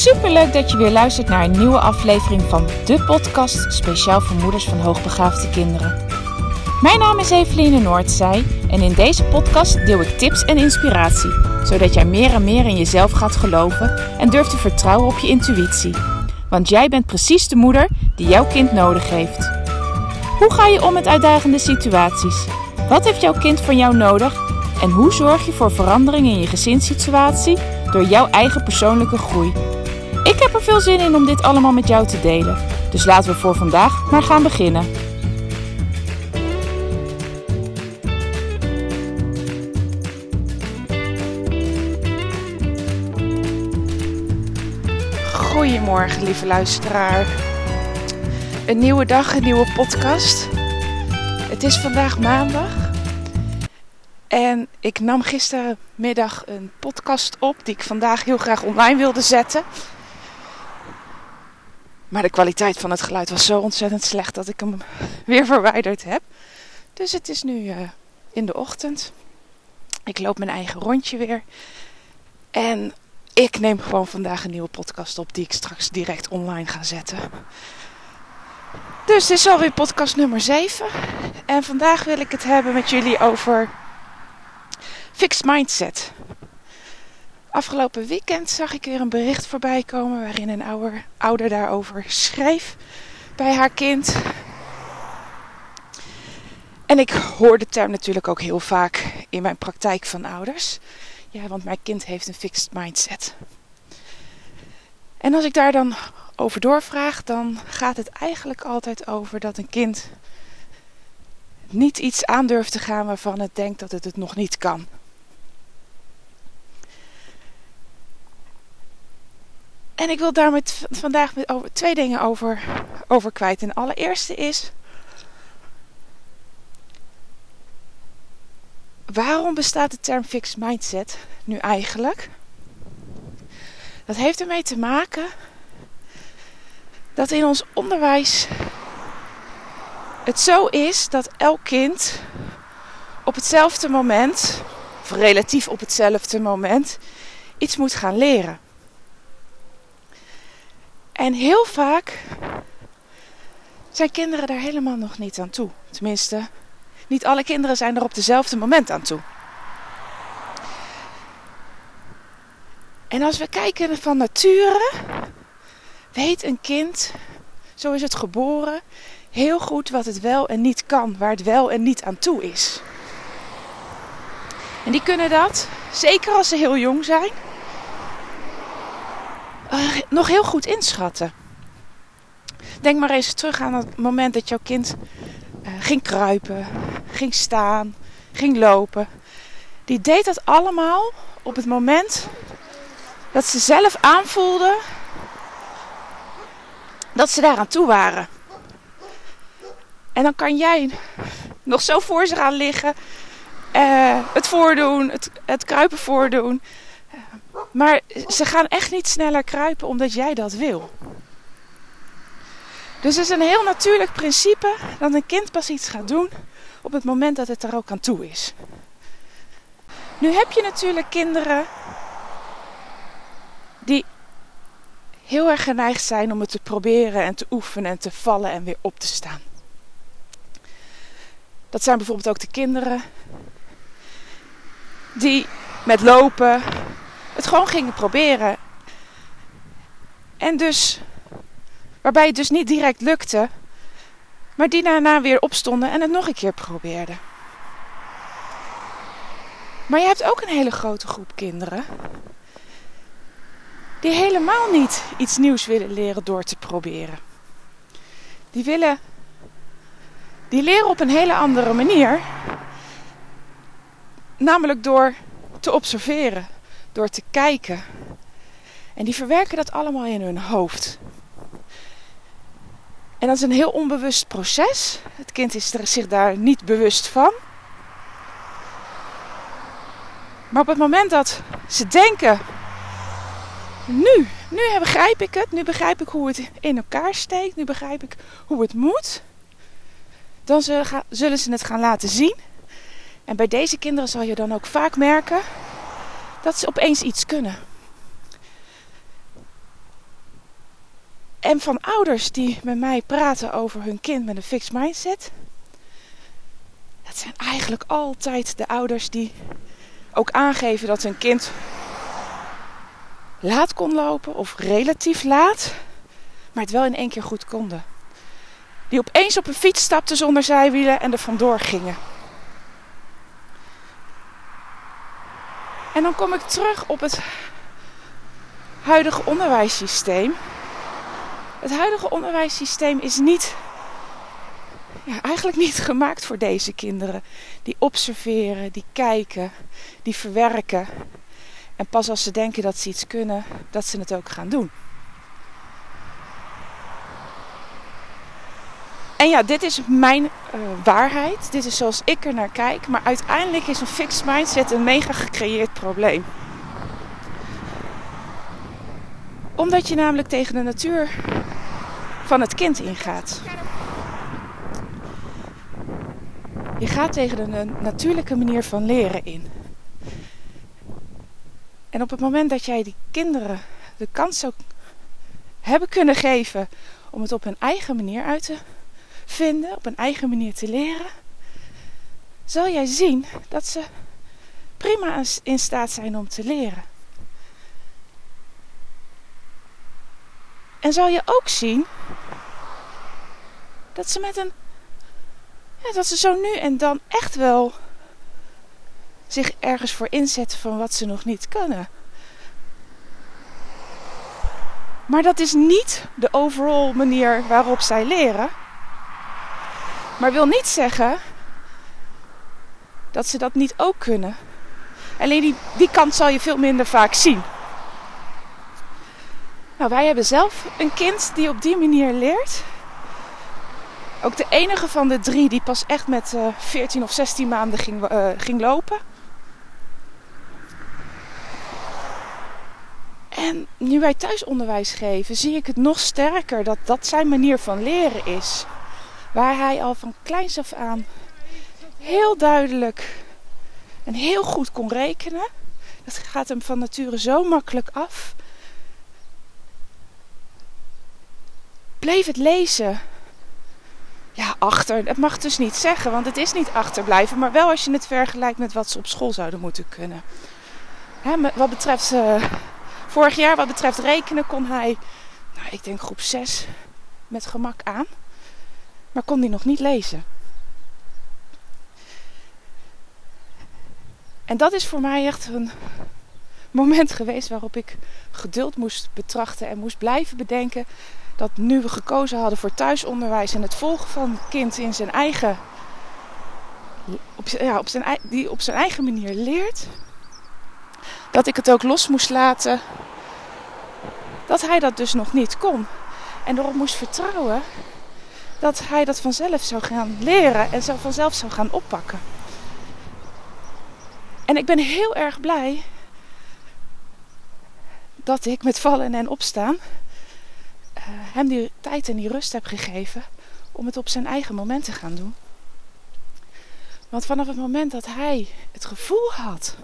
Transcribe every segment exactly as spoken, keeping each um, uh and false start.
Superleuk dat je weer luistert naar een nieuwe aflevering van de podcast speciaal voor moeders van hoogbegaafde kinderen. Mijn naam is Eveline Noordzij en in deze podcast deel ik tips en inspiratie, zodat jij meer en meer in jezelf gaat geloven en durft te vertrouwen op je intuïtie. Want jij bent precies de moeder die jouw kind nodig heeft. Hoe ga je om met uitdagende situaties? Wat heeft jouw kind van jou nodig? En hoe zorg je voor verandering in je gezinssituatie door jouw eigen persoonlijke groei? Ik heb er veel zin in om dit allemaal met jou te delen. Dus laten we voor vandaag maar gaan beginnen. Goedemorgen, lieve luisteraar. Een nieuwe dag, een nieuwe podcast. Het is vandaag maandag. En ik nam gistermiddag een podcast op die ik vandaag heel graag online wilde zetten. Maar de kwaliteit van het geluid was zo ontzettend slecht dat ik hem weer verwijderd heb. Dus het is nu uh, in de ochtend. Ik loop mijn eigen rondje weer. En ik neem gewoon vandaag een nieuwe podcast op die ik straks direct online ga zetten. Dus dit is alweer podcast nummer zeven. En vandaag wil ik het hebben met jullie over fixed mindset. Afgelopen weekend zag ik weer een bericht voorbij komen waarin een ouder, ouder daarover schreef bij haar kind. En ik hoor de term natuurlijk ook heel vaak in mijn praktijk van ouders. Ja, want mijn kind heeft een fixed mindset. En als ik daar dan over doorvraag, dan gaat het eigenlijk altijd over dat een kind niet iets aandurft te gaan waarvan het denkt dat het het nog niet kan. En ik wil daar met, vandaag met over, twee dingen over, over kwijt. En de allereerste is, waarom bestaat de term fixed mindset nu eigenlijk? Dat heeft ermee te maken dat in ons onderwijs het zo is dat elk kind op hetzelfde moment, of relatief op hetzelfde moment, iets moet gaan leren. En heel vaak zijn kinderen daar helemaal nog niet aan toe. Tenminste, niet alle kinderen zijn er op dezelfde moment aan toe. En als we kijken van nature, weet een kind, zo is het geboren, heel goed wat het wel en niet kan, waar het wel en niet aan toe is. En die kunnen dat, zeker als ze heel jong zijn, uh, nog heel goed inschatten. Denk maar eens terug aan het moment dat jouw kind uh, ging kruipen, ging staan, ging lopen. Die deed dat allemaal op het moment dat ze zelf aanvoelden dat ze daar aan toe waren. En dan kan jij nog zo voor ze gaan liggen, uh, het voordoen, het, het kruipen voordoen. Uh, maar ze gaan echt niet sneller kruipen omdat jij dat wil. Dus het is een heel natuurlijk principe dat een kind pas iets gaat doen op het moment dat het er ook aan toe is. Nu heb je natuurlijk kinderen die heel erg geneigd zijn om het te proberen en te oefenen en te vallen en weer op te staan. Dat zijn bijvoorbeeld ook de kinderen die met lopen het gewoon gingen proberen. En dus, waarbij het dus niet direct lukte, maar die daarna weer opstonden en het nog een keer probeerden. Maar je hebt ook een hele grote groep kinderen die helemaal niet iets nieuws willen leren door te proberen. Die willen, die leren op een hele andere manier. Namelijk door te observeren, door te kijken. En die verwerken dat allemaal in hun hoofd. En dat is een heel onbewust proces. Het kind is er zich daar niet bewust van. Maar op het moment dat ze denken, nu, nu begrijp ik het, nu begrijp ik hoe het in elkaar steekt, nu begrijp ik hoe het moet, dan zullen ze het gaan laten zien. En bij deze kinderen zal je dan ook vaak merken dat ze opeens iets kunnen. En van ouders die met mij praten over hun kind met een fixed mindset. Dat zijn eigenlijk altijd de ouders die ook aangeven dat hun kind laat kon lopen of relatief laat, maar het wel in één keer goed konden. Die opeens op een fiets stapten zonder zijwielen en er vandoor gingen. En dan kom ik terug op het huidige onderwijssysteem. Het huidige onderwijssysteem is niet, ja, eigenlijk niet gemaakt voor deze kinderen. Die observeren, die kijken, die verwerken. En pas als ze denken dat ze iets kunnen, dat ze het ook gaan doen. En ja, dit is mijn uh, waarheid. Dit is zoals ik er naar kijk. Maar uiteindelijk is een fixed mindset een mega gecreëerd probleem. Omdat je namelijk tegen de natuur van het kind ingaat. Je gaat tegen de natuurlijke manier van leren in. En op het moment dat jij die kinderen de kans zou hebben kunnen geven om het op hun eigen manier uit te vinden, op hun eigen manier te leren, zal jij zien dat ze prima in staat zijn om te leren. En zal je ook zien dat ze met een, ja, dat ze zo nu en dan echt wel zich ergens voor inzetten van wat ze nog niet kunnen. Maar dat is niet de overall manier waarop zij leren. Maar wil niet zeggen dat ze dat niet ook kunnen. Alleen die, die kant zal je veel minder vaak zien. Nou, wij hebben zelf een kind die op die manier leert. Ook de enige van de drie die pas echt met uh, veertien of zestien maanden ging, uh, ging lopen. En nu wij thuisonderwijs geven, zie ik het nog sterker dat dat zijn manier van leren is. Waar hij al van kleins af aan heel duidelijk en heel goed kon rekenen. Dat gaat hem van nature zo makkelijk af. Bleef het lezen, ja, achter. Dat mag dus niet zeggen, want het is niet achterblijven. Maar wel als je het vergelijkt met wat ze op school zouden moeten kunnen. Hè, wat betreft uh, vorig jaar, wat betreft rekenen, kon hij, nou, ik denk groep zes, met gemak aan. Maar kon hij nog niet lezen. En dat is voor mij echt een moment geweest waarop ik geduld moest betrachten en moest blijven bedenken dat nu we gekozen hadden voor thuisonderwijs en het volgen van het kind in zijn eigen, op, ja, op zijn, die op zijn eigen manier leert, dat ik het ook los moest laten dat hij dat dus nog niet kon. En erop moest vertrouwen dat hij dat vanzelf zou gaan leren en zo vanzelf zou gaan oppakken. En ik ben heel erg blij dat ik met vallen en opstaan uh, hem die tijd en die rust heb gegeven om het op zijn eigen moment te gaan doen. Want vanaf het moment dat hij het gevoel had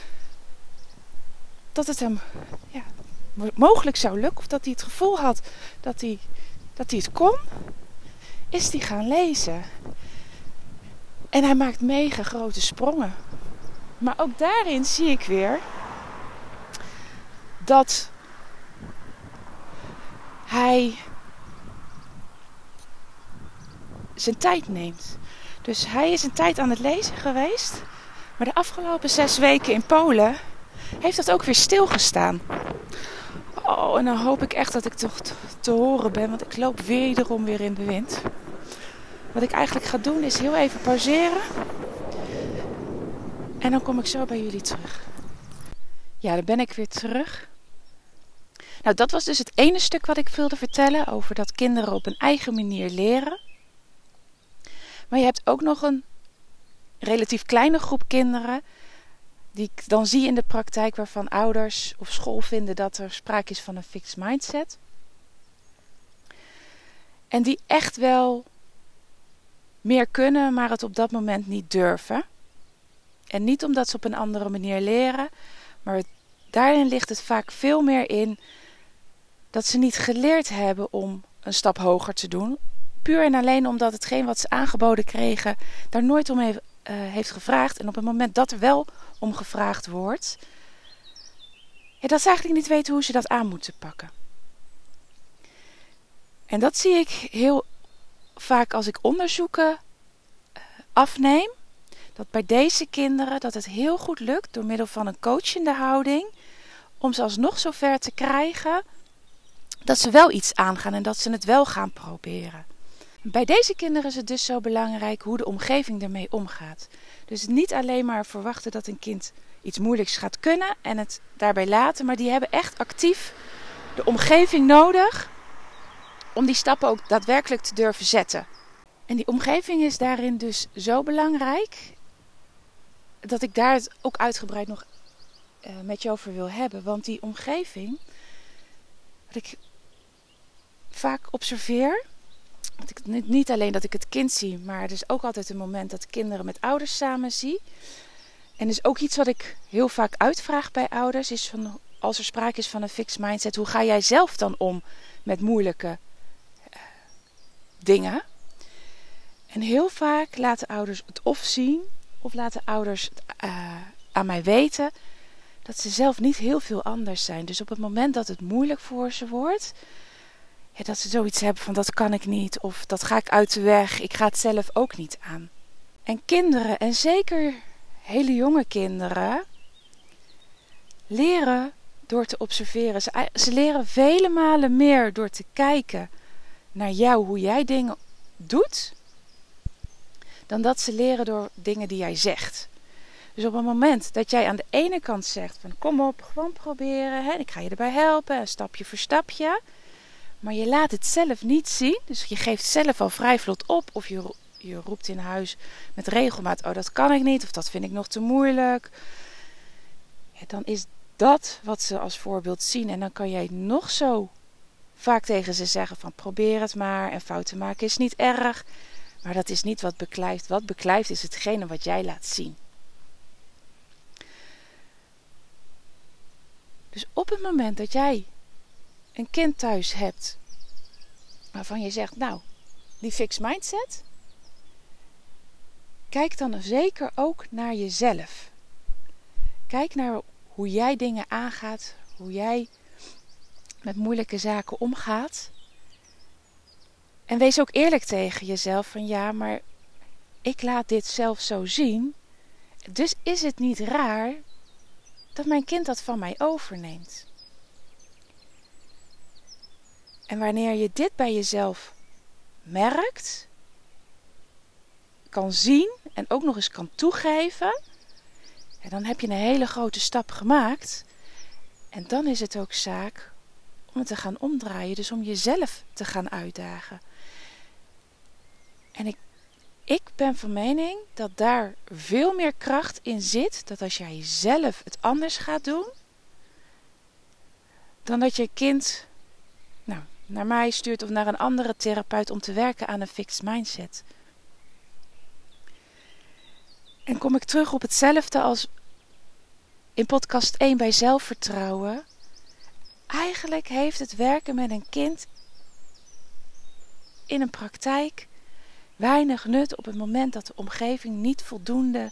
dat het hem ja, mogelijk zou lukken, of dat hij het gevoel had dat hij, dat hij het kon, is hij gaan lezen. En hij maakt mega grote sprongen. Maar ook daarin zie ik weer dat hij zijn tijd neemt. Dus hij is een tijd aan het lezen geweest. Maar de afgelopen zes weken in Polen heeft dat ook weer stilgestaan. Oh, en dan hoop ik echt dat ik toch te, te horen ben. Want ik loop wederom weer in de wind. Wat ik eigenlijk ga doen is heel even pauzeren. En dan kom ik zo bij jullie terug. Ja, dan ben ik weer terug. Nou, dat was dus het ene stuk wat ik wilde vertellen over dat kinderen op een eigen manier leren. Maar je hebt ook nog een relatief kleine groep kinderen die ik dan zie in de praktijk waarvan ouders of school vinden dat er sprake is van een fixed mindset. En die echt wel meer kunnen, maar het op dat moment niet durven. En niet omdat ze op een andere manier leren, maar het, daarin ligt het vaak veel meer in dat ze niet geleerd hebben om een stap hoger te doen. Puur en alleen omdat hetgeen wat ze aangeboden kregen daar nooit om heeft, uh, heeft gevraagd. En op het moment dat er wel om gevraagd wordt, ja, dat ze eigenlijk niet weten hoe ze dat aan moeten pakken. En dat zie ik heel vaak als ik onderzoeken uh, afneem. Dat bij deze kinderen dat het heel goed lukt door middel van een coachende houding om ze alsnog zover te krijgen dat ze wel iets aangaan en dat ze het wel gaan proberen. Bij deze kinderen is het dus zo belangrijk hoe de omgeving ermee omgaat. Dus niet alleen maar verwachten dat een kind iets moeilijks gaat kunnen en het daarbij laten, maar die hebben echt actief de omgeving nodig om die stappen ook daadwerkelijk te durven zetten. En die omgeving is daarin dus zo belangrijk dat ik daar het ook uitgebreid nog uh, met je over wil hebben. Want die omgeving, wat ik vaak observeer, dat ik niet, niet alleen dat ik het kind zie, maar het is ook altijd een moment dat kinderen met ouders samen zie. En dus ook iets wat ik heel vaak uitvraag bij ouders is van, als er sprake is van een fixed mindset, hoe ga jij zelf dan om met moeilijke uh, dingen? En heel vaak laten ouders het of zien, of laten ouders het uh, aan mij weten dat ze zelf niet heel veel anders zijn. Dus op het moment dat het moeilijk voor ze wordt, ja, dat ze zoiets hebben van dat kan ik niet, of dat ga ik uit de weg, ik ga het zelf ook niet aan. En kinderen, en zeker hele jonge kinderen, leren door te observeren. Ze, ze leren vele malen meer door te kijken naar jou, hoe jij dingen doet, dan dat ze leren door dingen die jij zegt. Dus op het moment dat jij aan de ene kant zegt van kom op, gewoon proberen, hè, ik ga je erbij helpen, stapje voor stapje, maar je laat het zelf niet zien, dus je geeft zelf al vrij vlot op, of je, je roept in huis met regelmaat, oh dat kan ik niet, of dat vind ik nog te moeilijk, ja, dan is dat wat ze als voorbeeld zien. En dan kan jij nog zo vaak tegen ze zeggen van probeer het maar, en fouten maken is niet erg, maar dat is niet wat beklijft. Wat beklijft is hetgene wat jij laat zien. Dus op het moment dat jij een kind thuis hebt waarvan je zegt, nou, die fixed mindset, kijk dan zeker ook naar jezelf. Kijk naar hoe jij dingen aangaat, hoe jij met moeilijke zaken omgaat. En wees ook eerlijk tegen jezelf van ja, maar ik laat dit zelf zo zien. Dus is het niet raar dat mijn kind dat van mij overneemt. En wanneer je dit bij jezelf merkt, kan zien en ook nog eens kan toegeven, ja, dan heb je een hele grote stap gemaakt. En dan is het ook zaak om het te gaan omdraaien, dus om jezelf te gaan uitdagen. En ik, ik ben van mening dat daar veel meer kracht in zit, dat als jij zelf het anders gaat doen, dan dat je kind nou, naar mij stuurt of naar een andere therapeut om te werken aan een fixed mindset. En kom ik terug op hetzelfde als in podcast één bij zelfvertrouwen. Eigenlijk heeft het werken met een kind in een praktijk weinig nut op het moment dat de omgeving niet voldoende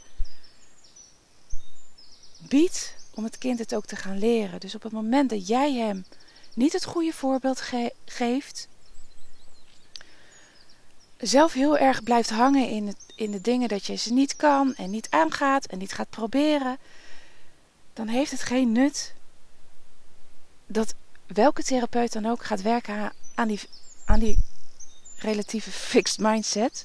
biedt om het kind het ook te gaan leren. Dus op het moment dat jij hem niet het goede voorbeeld ge- geeft, zelf heel erg blijft hangen in, het, in de dingen dat je ze niet kan en niet aangaat en niet gaat proberen, dan heeft het geen nut dat welke therapeut dan ook gaat werken aan die, aan die relatieve fixed mindset.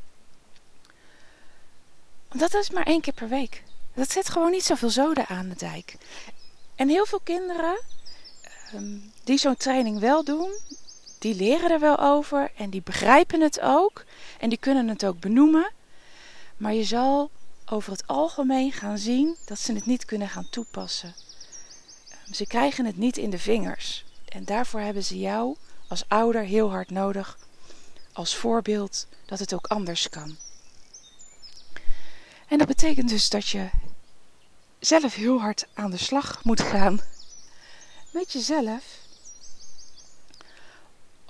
Want dat is maar één keer per week. Dat zet gewoon niet zoveel zoden aan de dijk. En heel veel kinderen um, die zo'n training wel doen, die leren er wel over en die begrijpen het ook. En die kunnen het ook benoemen. Maar je zal over het algemeen gaan zien dat ze het niet kunnen gaan toepassen. Um, ze krijgen het niet in de vingers. En daarvoor hebben ze jou als ouder heel hard nodig als voorbeeld dat het ook anders kan. En dat betekent dus dat je zelf heel hard aan de slag moet gaan met jezelf.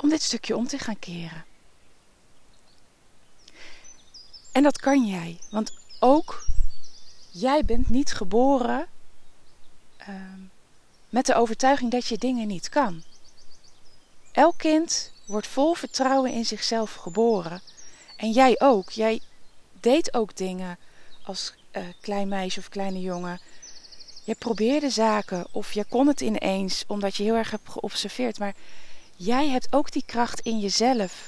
om dit stukje om te gaan keren. En dat kan jij, want ook jij bent niet geboren uh, met de overtuiging dat je dingen niet kan. Elk kind wordt vol vertrouwen in zichzelf geboren. En jij ook. Jij deed ook dingen als uh, klein meisje of kleine jongen. Je probeerde zaken of je kon het ineens omdat je heel erg hebt geobserveerd. Maar jij hebt ook die kracht in jezelf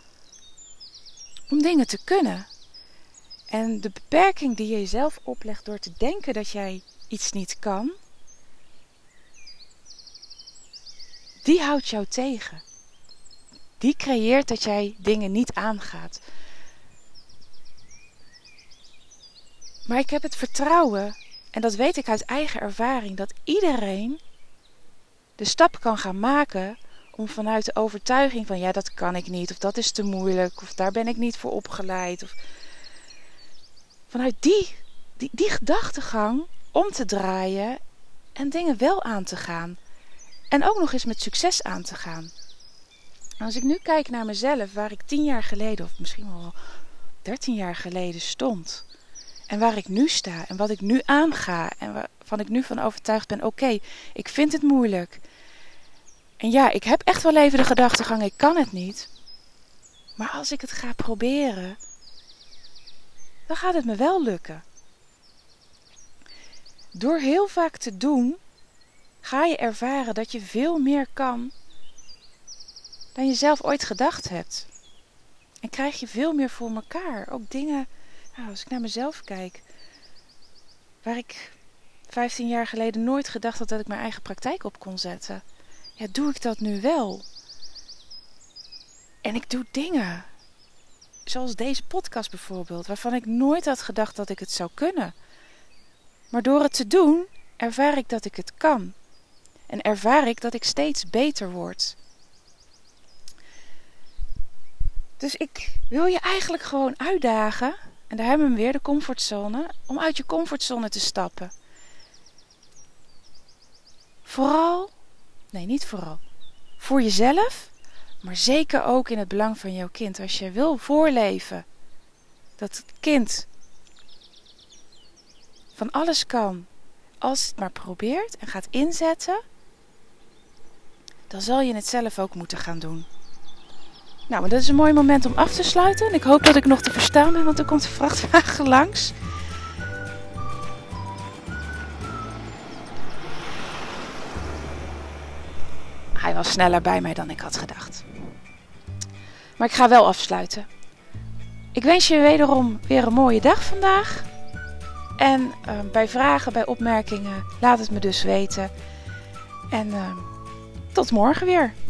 om dingen te kunnen. En de beperking die je jezelf oplegt door te denken dat jij iets niet kan, die houdt jou tegen. Die creëert dat jij dingen niet aangaat. Maar ik heb het vertrouwen, en dat weet ik uit eigen ervaring, dat iedereen de stap kan gaan maken om vanuit de overtuiging van ja, dat kan ik niet, of dat is te moeilijk, of daar ben ik niet voor opgeleid, of vanuit die, die, die gedachtegang om te draaien en dingen wel aan te gaan. En ook nog eens met succes aan te gaan. Als ik nu kijk naar mezelf, waar ik tien jaar geleden, of misschien wel dertien jaar geleden stond. En waar ik nu sta en wat ik nu aanga. En waarvan ik nu van overtuigd ben, oké, okay, ik vind het moeilijk. En ja, ik heb echt wel even de gedachtegang, ik kan het niet. Maar als ik het ga proberen, dan gaat het me wel lukken. Door heel vaak te doen, ga je ervaren dat je veel meer kan dan je zelf ooit gedacht hebt. En krijg je veel meer voor elkaar. Ook dingen, nou, als ik naar mezelf kijk, waar ik vijftien jaar geleden nooit gedacht had dat ik mijn eigen praktijk op kon zetten. Ja, doe ik dat nu wel. En ik doe dingen, zoals deze podcast bijvoorbeeld, waarvan ik nooit had gedacht dat ik het zou kunnen. Maar door het te doen, ervaar ik dat ik het kan. En ervaar ik dat ik steeds beter word. Dus ik wil je eigenlijk gewoon uitdagen, en daar hebben we hem weer, de comfortzone, om uit je comfortzone te stappen. Vooral, nee niet vooral, voor jezelf, maar zeker ook in het belang van jouw kind. Als je wil voorleven dat het kind van alles kan, als het maar probeert en gaat inzetten, dan zal je het zelf ook moeten gaan doen. Nou, maar dat is een mooi moment om af te sluiten. En ik hoop dat ik nog te verstaan ben, want er komt een vrachtwagen langs. Hij was sneller bij mij dan ik had gedacht. Maar ik ga wel afsluiten. Ik wens je wederom weer een mooie dag vandaag. En uh, bij vragen, bij opmerkingen, laat het me dus weten. En uh, tot morgen weer.